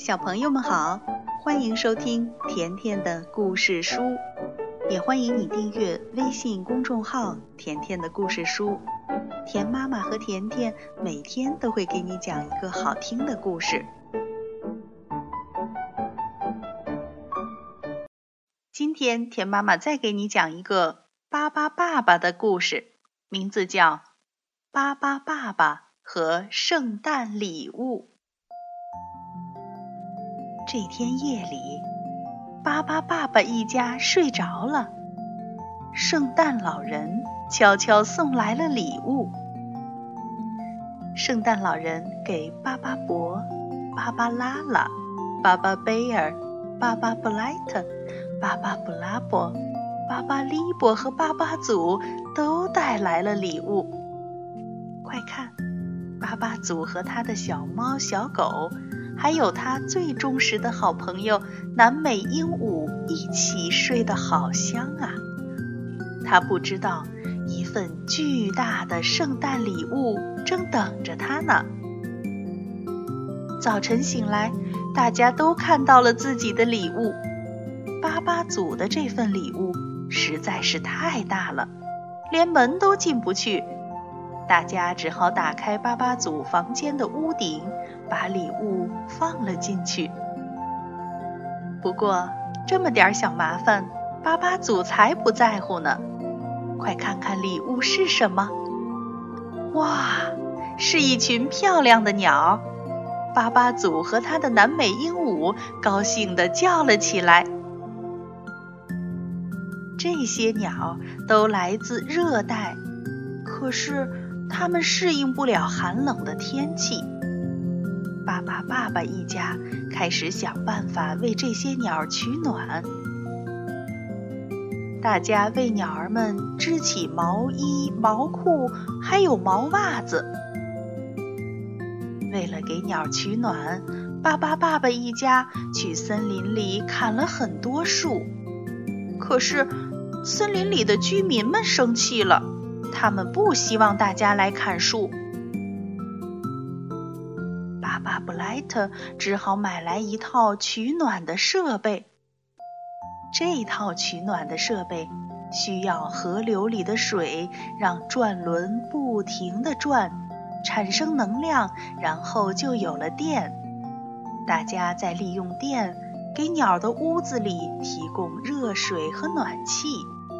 小朋友们好，欢迎收听甜甜的故事书，也欢迎你订阅微信公众号甜甜的故事书。甜妈妈和甜甜每天都会给你讲一个好听的故事。今天甜妈妈再给你讲一个巴巴爸爸的故事，名字叫《巴巴爸爸和圣诞礼物》。这天夜里，巴巴爸爸一家睡着了，圣诞老人悄悄送来了礼物。圣诞老人给巴巴伯、巴巴拉拉、巴巴贝尔、巴巴布莱特、巴巴布拉伯、巴巴利伯和巴巴祖都带来了礼物。快看，巴巴祖和他的小猫小狗，还有他最忠实的好朋友南美鹦鹉一起睡得好香啊！他不知道，一份巨大的圣诞礼物正等着他呢。早晨醒来，大家都看到了自己的礼物。巴巴祖的这份礼物实在是太大了，连门都进不去。大家只好打开巴巴祖房间的屋顶，把礼物放了进去。不过这么点小麻烦，巴巴祖才不在乎呢。快看看礼物是什么！哇，是一群漂亮的鸟！巴巴祖和他的南美鹦鹉高兴地叫了起来。这些鸟都来自热带，可是它们适应不了寒冷的天气。巴巴爸爸一家开始想办法为这些鸟取暖。大家为鸟儿们织起毛衣、毛裤，还有毛袜子。为了给鸟取暖，巴巴爸爸一家去森林里砍了很多树。可是森林里的居民们生气了，他们不希望大家来砍树。巴巴布莱特只好买来一套取暖的设备。这套取暖的设备需要河流里的水让转轮不停地转，产生能量，然后就有了电。大家再利用电给鸟的屋子里提供热水和暖气。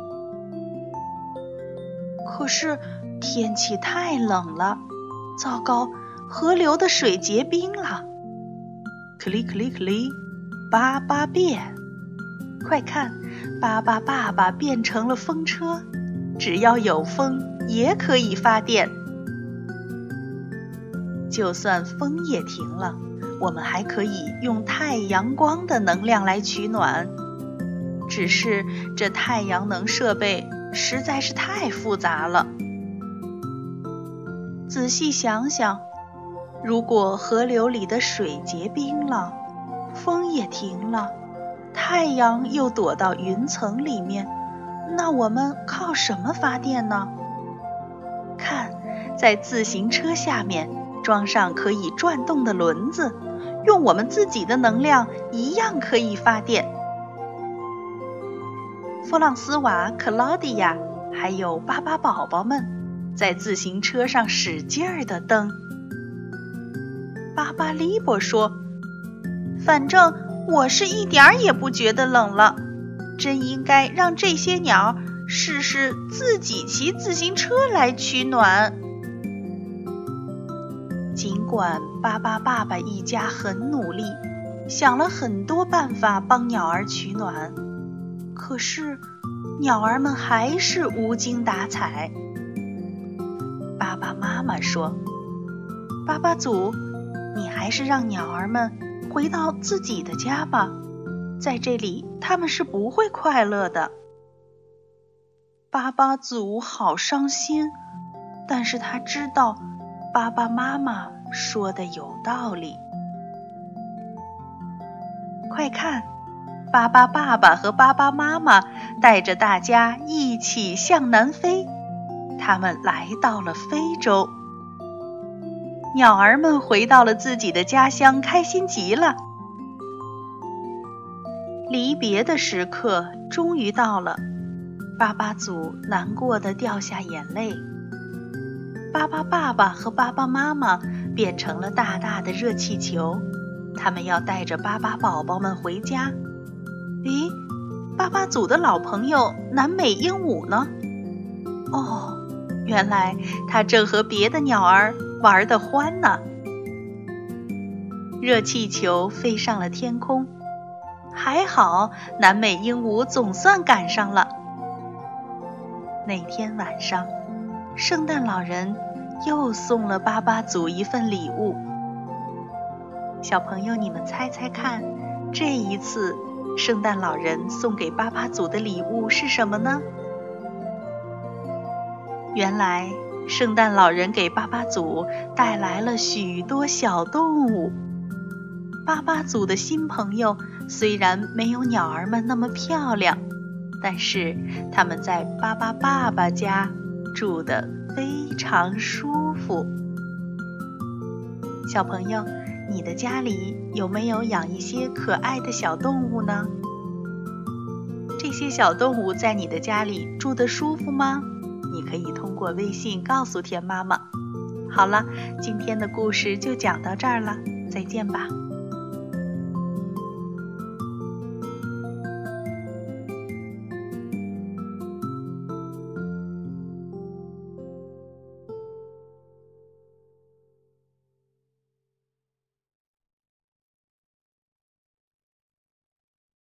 可是天气太冷了，糟糕，河流的水结冰了。克里克里克里，巴巴变！快看，巴巴爸爸变成了风车，只要有风也可以发电。就算风也停了，我们还可以用太阳光的能量来取暖。只是这太阳能设备实在是太复杂了。仔细想想，如果河流里的水结冰了，风也停了，太阳又躲到云层里面，那我们靠什么发电呢？看，在自行车下面装上可以转动的轮子，用我们自己的能量一样可以发电。弗朗斯瓦、克劳迪亚还有巴巴宝宝们在自行车上使劲儿地蹬。巴巴利伯说，反正我是一点儿也不觉得冷了，真应该让这些鸟试试自己骑自行车来取暖。尽管巴巴爸爸一家很努力，想了很多办法帮鸟儿取暖，可是鸟儿们还是无精打采。巴巴妈妈说，巴巴祖，你还是让鸟儿们回到自己的家吧，在这里他们是不会快乐的。巴巴祖好伤心，但是他知道巴巴妈妈说的有道理。快看，巴巴爸爸和巴巴妈妈带着大家一起向南飞，他们来到了非洲。鸟儿们回到了自己的家乡，开心极了。 离别的时刻终于到了，巴巴祖难过地掉下眼泪。巴巴爸爸和巴巴妈妈变成了大大的热气球，他们要带着巴巴宝宝们回家。咦，巴巴祖的老朋友南美鹦鹉呢？哦，原来他正和别的鸟儿玩得欢呢。热气球飞上了天空，还好南美鹦鹉总算赶上了。那天晚上，圣诞老人又送了巴巴祖一份礼物。小朋友，你们猜猜看，这一次圣诞老人送给巴巴祖的礼物是什么呢？原来圣诞老人给巴巴祖带来了许多小动物。巴巴祖的新朋友虽然没有鸟儿们那么漂亮，但是他们在巴巴爸爸家住得非常舒服。小朋友，你的家里有没有养一些可爱的小动物呢？这些小动物在你的家里住得舒服吗？你可以通过微信告诉田妈妈。好了，今天的故事就讲到这儿了，再见吧。